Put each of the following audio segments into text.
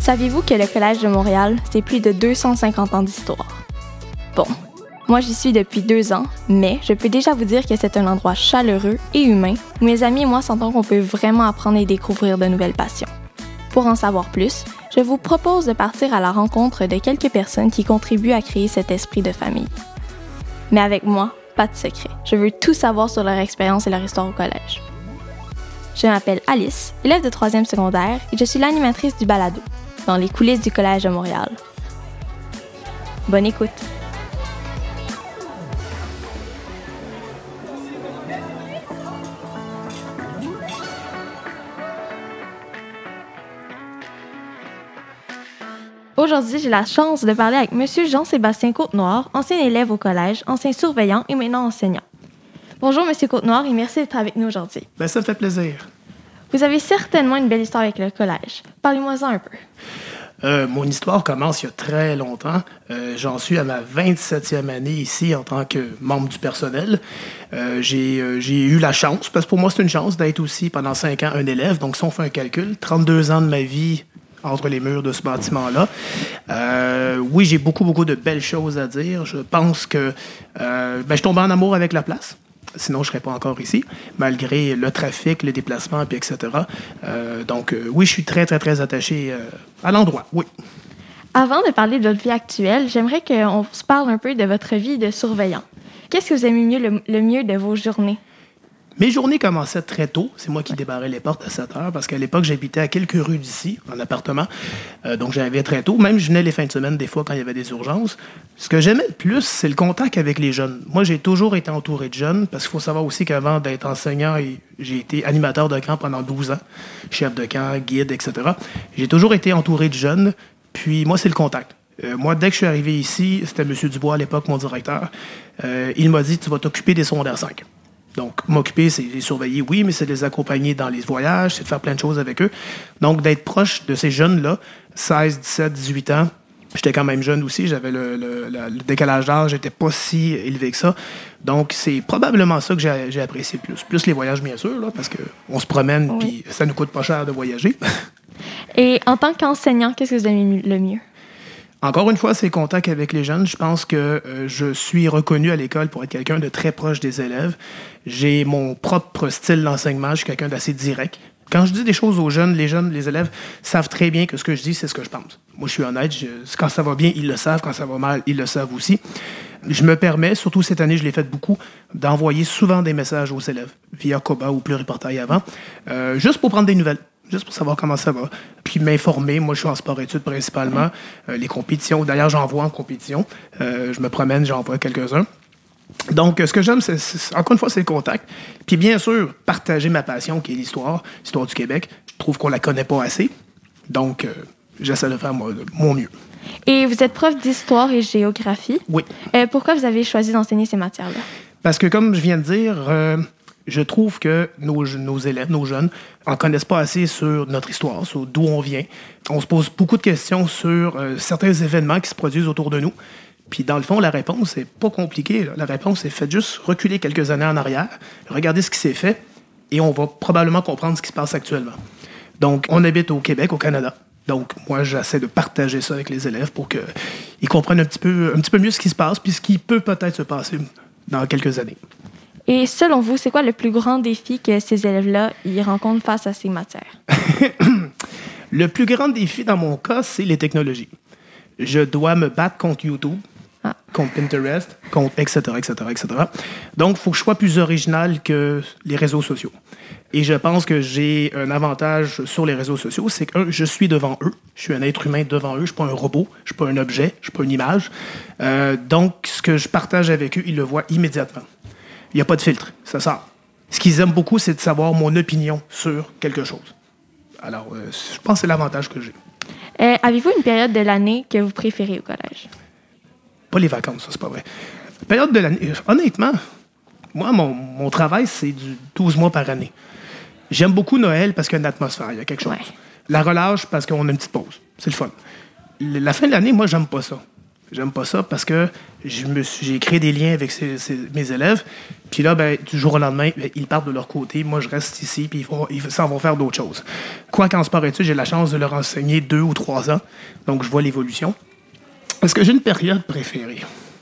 Saviez-vous que le Collège de Montréal, c'est plus de 250 ans d'histoire? Bon, moi j'y suis depuis 2 ans, mais je peux déjà vous dire que c'est un endroit chaleureux et humain où mes amis et moi sentons qu'on peut vraiment apprendre et découvrir de nouvelles passions. Pour en savoir plus, je vous propose de partir à la rencontre de quelques personnes qui contribuent à créer cet esprit de famille. Mais avec moi, pas de secret. Je veux tout savoir sur leur expérience et leur histoire au collège. Je m'appelle Alice, élève de 3e secondaire, et je suis l'animatrice du balado, dans les coulisses du Collège de Montréal. Bonne écoute! Aujourd'hui, j'ai la chance de parler avec M. Jean-Sébastien Côtenoir, ancien élève au collège, ancien surveillant et maintenant enseignant. Bonjour, M. Côtenoir, et merci d'être avec nous aujourd'hui. Ça me fait plaisir. Vous avez certainement une belle histoire avec le collège. Parlez-moi-en un peu. Mon histoire commence il y a très longtemps. J'en suis à ma 27e année ici en tant que membre du personnel. J'ai eu la chance, parce que pour moi c'est une chance, d'être aussi pendant 5 ans un élève. Donc si on fait un calcul, 32 ans de ma vie entre les murs de ce bâtiment-là. Oui, j'ai beaucoup de belles choses à dire. Je pense que je tombe en amour avec la place. Sinon, je ne serais pas encore ici, malgré le trafic, les déplacements, puis etc. Oui, je suis très très attaché à l'endroit, oui. Avant de parler de votre vie actuelle, j'aimerais qu'on se parle un peu de votre vie de surveillant. Qu'est-ce que vous aimez le mieux de vos journées? Mes journées commençaient très tôt. C'est moi qui débarrais les portes à 7 heures parce qu'à l'époque, j'habitais à quelques rues d'ici, en appartement. Donc, j'arrivais très tôt. Même, je venais les fins de semaine, des fois, quand il y avait des urgences. Ce que j'aimais le plus, c'est le contact avec les jeunes. Moi, j'ai toujours été entouré de jeunes parce qu'il faut savoir aussi qu'avant d'être enseignant, j'ai été animateur de camp pendant 12 ans, chef de camp, guide, etc. J'ai toujours été entouré de jeunes. Puis, moi, c'est le contact. Moi, dès que je suis arrivé ici, c'était M. Dubois, à l'époque, mon directeur. Il m'a dit, tu vas t'occuper des secondaires 5. Donc, m'occuper, c'est les surveiller, oui, mais c'est de les accompagner dans les voyages, c'est de faire plein de choses avec eux. Donc, d'être proche de ces jeunes-là, 16, 17, 18 ans, j'étais quand même jeune aussi, j'avais le décalage d'âge, j'étais pas si élevé que ça. Donc, c'est probablement ça que j'ai apprécié le plus. Plus les voyages, bien sûr, là, parce qu'on se promène, oui. Puis ça nous coûte pas cher de voyager. Et en tant qu'enseignant, qu'est-ce que vous aimez le mieux? Encore une fois, c'est le contact avec les jeunes. Je pense que je suis reconnu à l'école pour être quelqu'un de très proche des élèves. J'ai mon propre style d'enseignement. Je suis quelqu'un d'assez direct. Quand je dis des choses aux jeunes, les élèves savent très bien que ce que je dis, c'est ce que je pense. Moi, je suis honnête. Quand ça va bien, ils le savent. Quand ça va mal, ils le savent aussi. Je me permets, surtout cette année, je l'ai fait beaucoup, d'envoyer souvent des messages aux élèves, via Koba ou Pluriportail avant, juste pour prendre des nouvelles. Juste pour savoir comment ça va. Puis m'informer. Moi, je suis en sport-études principalement. Les compétitions. D'ailleurs, j'envoie en compétition. Je me promène, j'envoie quelques-uns. Donc, ce que j'aime, encore une fois, c'est le contact. Puis bien sûr, partager ma passion, qui est l'histoire du Québec. Je trouve qu'on la connaît pas assez. Donc, j'essaie de faire mon mieux. Et vous êtes prof d'histoire et géographie. Oui. Pourquoi vous avez choisi d'enseigner ces matières-là? Parce que, comme je viens de dire... je trouve que nos élèves, nos jeunes, en connaissent pas assez sur notre histoire, sur d'où on vient. On se pose beaucoup de questions sur certains événements qui se produisent autour de nous. Puis dans le fond, la réponse, c'est pas compliqué. La réponse, c'est faites juste reculer quelques années en arrière, regardez ce qui s'est fait, et on va probablement comprendre ce qui se passe actuellement. Donc, on habite au Québec, au Canada. Donc, moi, j'essaie de partager ça avec les élèves pour qu'ils comprennent un petit peu mieux ce qui se passe, puis ce qui peut peut-être se passer dans quelques années. Et selon vous, c'est quoi le plus grand défi que ces élèves-là y rencontrent face à ces matières? Le plus grand défi dans mon cas, c'est les technologies. Je dois me battre contre YouTube, contre Pinterest, contre etc. Donc, il faut que je sois plus original que les réseaux sociaux. Et je pense que j'ai un avantage sur les réseaux sociaux, c'est que je suis devant eux. Je suis un être humain devant eux. Je ne suis pas un robot, je ne suis pas un objet, je ne suis pas une image. Donc, ce que je partage avec eux, ils le voient immédiatement. Il n'y a pas de filtre, ça sort. Ce qu'ils aiment beaucoup, c'est de savoir mon opinion sur quelque chose. Alors, je pense que c'est l'avantage que j'ai. Avez-vous une période de l'année que vous préférez au collège? Pas les vacances, ça, c'est pas vrai. Période de l'année, honnêtement, moi, mon travail, c'est du 12 mois par année. J'aime beaucoup Noël parce qu'il y a une atmosphère, il y a quelque chose. Ouais. La relâche parce qu'on a une petite pause. C'est le fun. La fin de l'année, moi, j'aime pas ça. J'aime pas ça parce que j'ai créé des liens avec mes élèves. Puis là, du jour au lendemain, ils partent de leur côté. Moi, je reste ici, puis ils s'en vont faire d'autres choses. Quoi qu'en sport-études, j'ai la chance de leur enseigner 2 ou 3 ans. Donc, je vois l'évolution. Est-ce que j'ai une période préférée?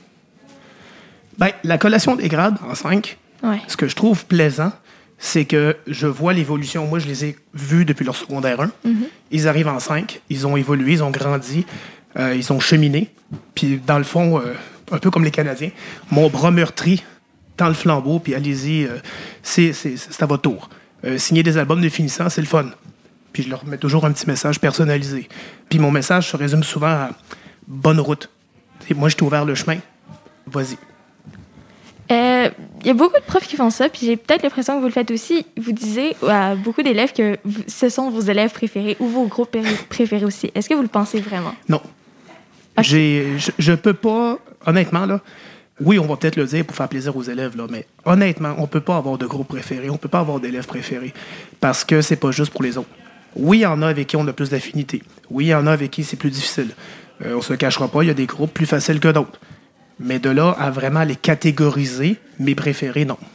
La collation des grades en 5, ce que je trouve plaisant, c'est que je vois l'évolution. Moi, je les ai vus depuis leur secondaire 1. Mm-hmm. Ils arrivent en 5, ils ont évolué, ils ont grandi, ils ont cheminé. Puis, dans le fond, un peu comme les Canadiens, mon bras meurtri tend le flambeau, puis allez-y, c'est à votre tour. Signer des albums de finissants, c'est le fun. Puis, je leur mets toujours un petit message personnalisé. Puis, mon message se résume souvent à « bonne route ». Moi, je t'ai ouvert le chemin. Vas-y. Il y a beaucoup de profs qui font ça, puis j'ai peut-être l'impression que vous le faites aussi. Vous disiez à beaucoup d'élèves que ce sont vos élèves préférés ou vos groupes préférés aussi. Est-ce que vous le pensez vraiment? Non. Okay. Je peux pas... Honnêtement, là, oui, on va peut-être le dire pour faire plaisir aux élèves, là, mais honnêtement, on peut pas avoir de groupes préférés, on peut pas avoir d'élèves préférés parce que c'est pas juste pour les autres. Oui, il y en a avec qui on a plus d'affinité. Oui, il y en a avec qui c'est plus difficile. On se cachera pas, il y a des groupes plus faciles que d'autres. Mais de là à vraiment les catégoriser, mes préférés, non.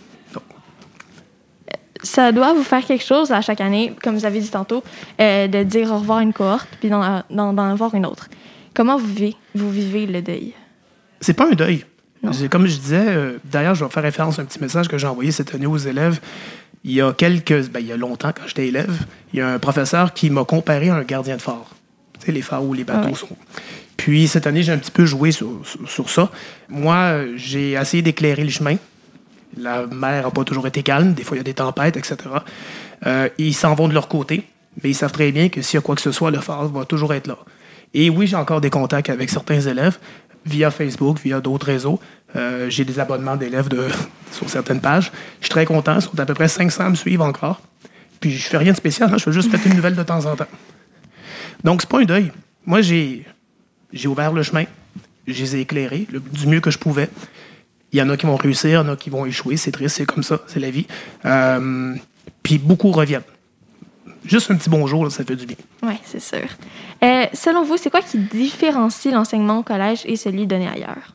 Ça doit vous faire quelque chose à chaque année, comme vous avez dit tantôt, de dire au revoir à une cohorte puis d'en avoir une autre. Comment vous vivez le deuil? C'est pas un deuil. Comme je disais, d'ailleurs, je vais faire référence à un petit message que j'ai envoyé cette année aux élèves. Il y a longtemps, quand j'étais élève, il y a un professeur qui m'a comparé à un gardien de phare. Tu sais, les phares où les bateaux sont... Puis, cette année, j'ai un petit peu joué sur ça. Moi, j'ai essayé d'éclairer le chemin. La mer n'a pas toujours été calme. Des fois, il y a des tempêtes, etc. Ils s'en vont de leur côté, mais ils savent très bien que s'il y a quoi que ce soit, le phare va toujours être là. Et oui, j'ai encore des contacts avec certains élèves via Facebook, via d'autres réseaux. J'ai des abonnements d'élèves sur certaines pages. Je suis très content. Ils sont à peu près 500 à me suivre encore. Puis, je fais rien de spécial. Je fais juste mettre une nouvelle de temps en temps. Donc, c'est pas un deuil. Moi, j'ai ouvert le chemin, je les ai éclairés du mieux que je pouvais. Il y en a qui vont réussir, il y en a qui vont échouer. C'est triste, c'est comme ça, c'est la vie. Puis beaucoup reviennent. Juste un petit bonjour, là, ça fait du bien. Oui, c'est sûr. Selon vous, c'est quoi qui différencie l'enseignement au collège et celui donné ailleurs?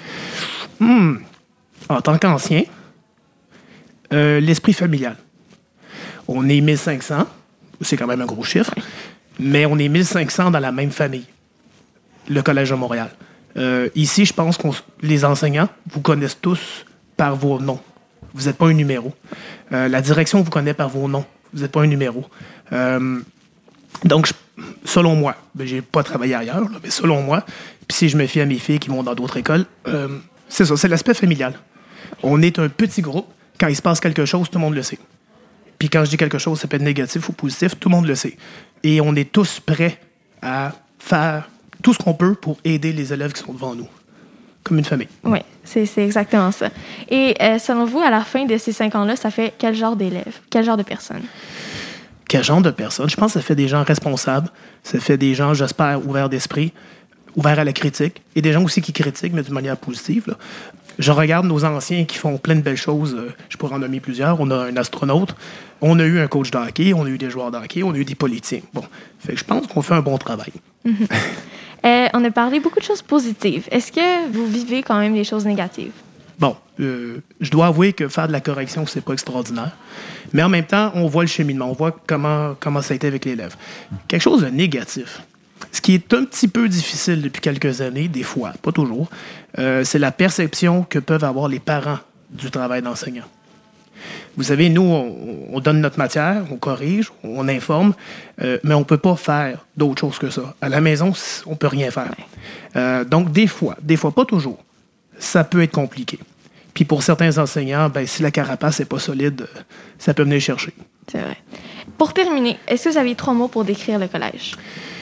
En tant qu'ancien, l'esprit familial. On est 1500, c'est quand même un gros chiffre, mais on est 1500 dans la même famille. Le Collège de Montréal. Ici, je pense que les enseignants vous connaissent tous par vos noms. Vous n'êtes pas un numéro. La direction vous connaît par vos noms. Vous n'êtes pas un numéro. Donc, selon moi, j'ai pas travaillé ailleurs, là, mais selon moi, puis si je me fie à mes filles qui vont dans d'autres écoles, c'est ça, c'est l'aspect familial. On est un petit groupe. Quand il se passe quelque chose, tout le monde le sait. Puis quand je dis quelque chose, ça peut être négatif ou positif, tout le monde le sait. Et on est tous prêts à faire tout ce qu'on peut pour aider les élèves qui sont devant nous, comme une famille. Oui, c'est exactement ça. Et selon vous, à la fin de ces 5 ans-là, ça fait quel genre d'élèves? Quel genre de personnes? Quel genre de personnes? Je pense que ça fait des gens responsables, ça fait des gens, j'espère, ouverts d'esprit, ouverts à la critique, et des gens aussi qui critiquent, mais d'une manière positive, là. Je regarde nos anciens qui font plein de belles choses. Je pourrais en nommer plusieurs. On a un astronaute, on a eu un coach de hockey, on a eu des joueurs de hockey, on a eu des politiciens. Bon, fait que je pense qu'on fait un bon travail. Mm-hmm. On a parlé beaucoup de choses positives. Est-ce que vous vivez quand même les choses négatives? Bon, je dois avouer que faire de la correction, c'est pas extraordinaire. Mais en même temps, on voit le cheminement, on voit comment ça a été avec l'élève. Quelque chose de négatif. Ce qui est un petit peu difficile depuis quelques années, des fois, pas toujours, c'est la perception que peuvent avoir les parents du travail d'enseignant. Vous savez, nous, on donne notre matière, on corrige, on informe, mais on ne peut pas faire d'autre chose que ça. À la maison, on ne peut rien faire. Donc, des fois, pas toujours, ça peut être compliqué. Puis pour certains enseignants, si la carapace n'est pas solide, ça peut venir chercher. C'est vrai. Pour terminer, est-ce que vous avez 3 mots pour décrire le collège?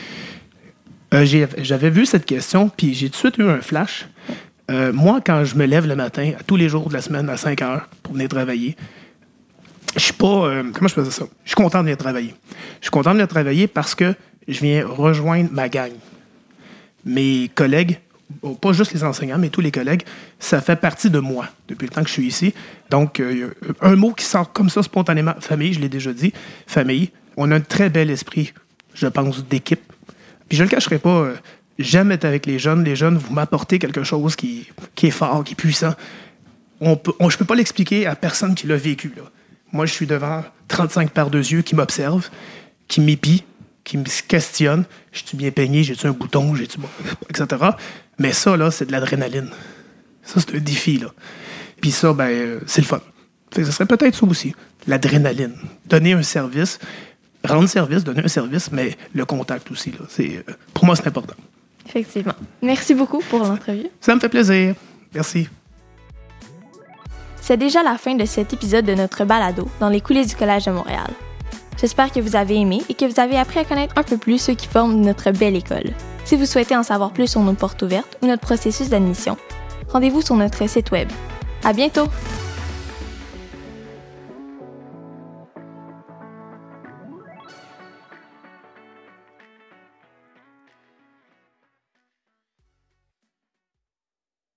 J'avais vu cette question, puis j'ai tout de suite eu un flash. Moi, quand je me lève le matin, tous les jours de la semaine, à 5 heures, pour venir travailler, je suis pas... comment je faisais ça? Je suis content de venir travailler. Je suis content de venir travailler parce que je viens rejoindre ma gang. Mes collègues, pas juste les enseignants, mais tous les collègues, ça fait partie de moi depuis le temps que je suis ici. Donc, un mot qui sort comme ça spontanément, famille, je l'ai déjà dit, famille. On a un très bel esprit, je pense, d'équipe. Puis je le cacherai pas, J'aime être avec les jeunes. Les jeunes, vous m'apportez quelque chose qui est fort, qui est puissant. Je ne peux pas l'expliquer à personne qui l'a vécu. Là. Moi, je suis devant 35 paires de yeux qui m'observent, qui m'épient, qui me questionnent. Je suis bien peigné, j'ai-tu un bouton, etc. Mais ça, là, c'est de l'adrénaline. Ça, c'est un défi. Là. Puis ça, c'est le fun. Fait que ça serait peut-être ça aussi, l'adrénaline. Donner un service, rendre service, donner un service, mais le contact aussi. Là, pour moi, c'est important. Effectivement. Merci beaucoup pour l'entrevue. Ça me fait plaisir. Merci. C'est déjà la fin de cet épisode de notre balado dans les coulisses du Collège de Montréal. J'espère que vous avez aimé et que vous avez appris à connaître un peu plus ceux qui forment notre belle école. Si vous souhaitez en savoir plus sur nos portes ouvertes ou notre processus d'admission, rendez-vous sur notre site web. À bientôt!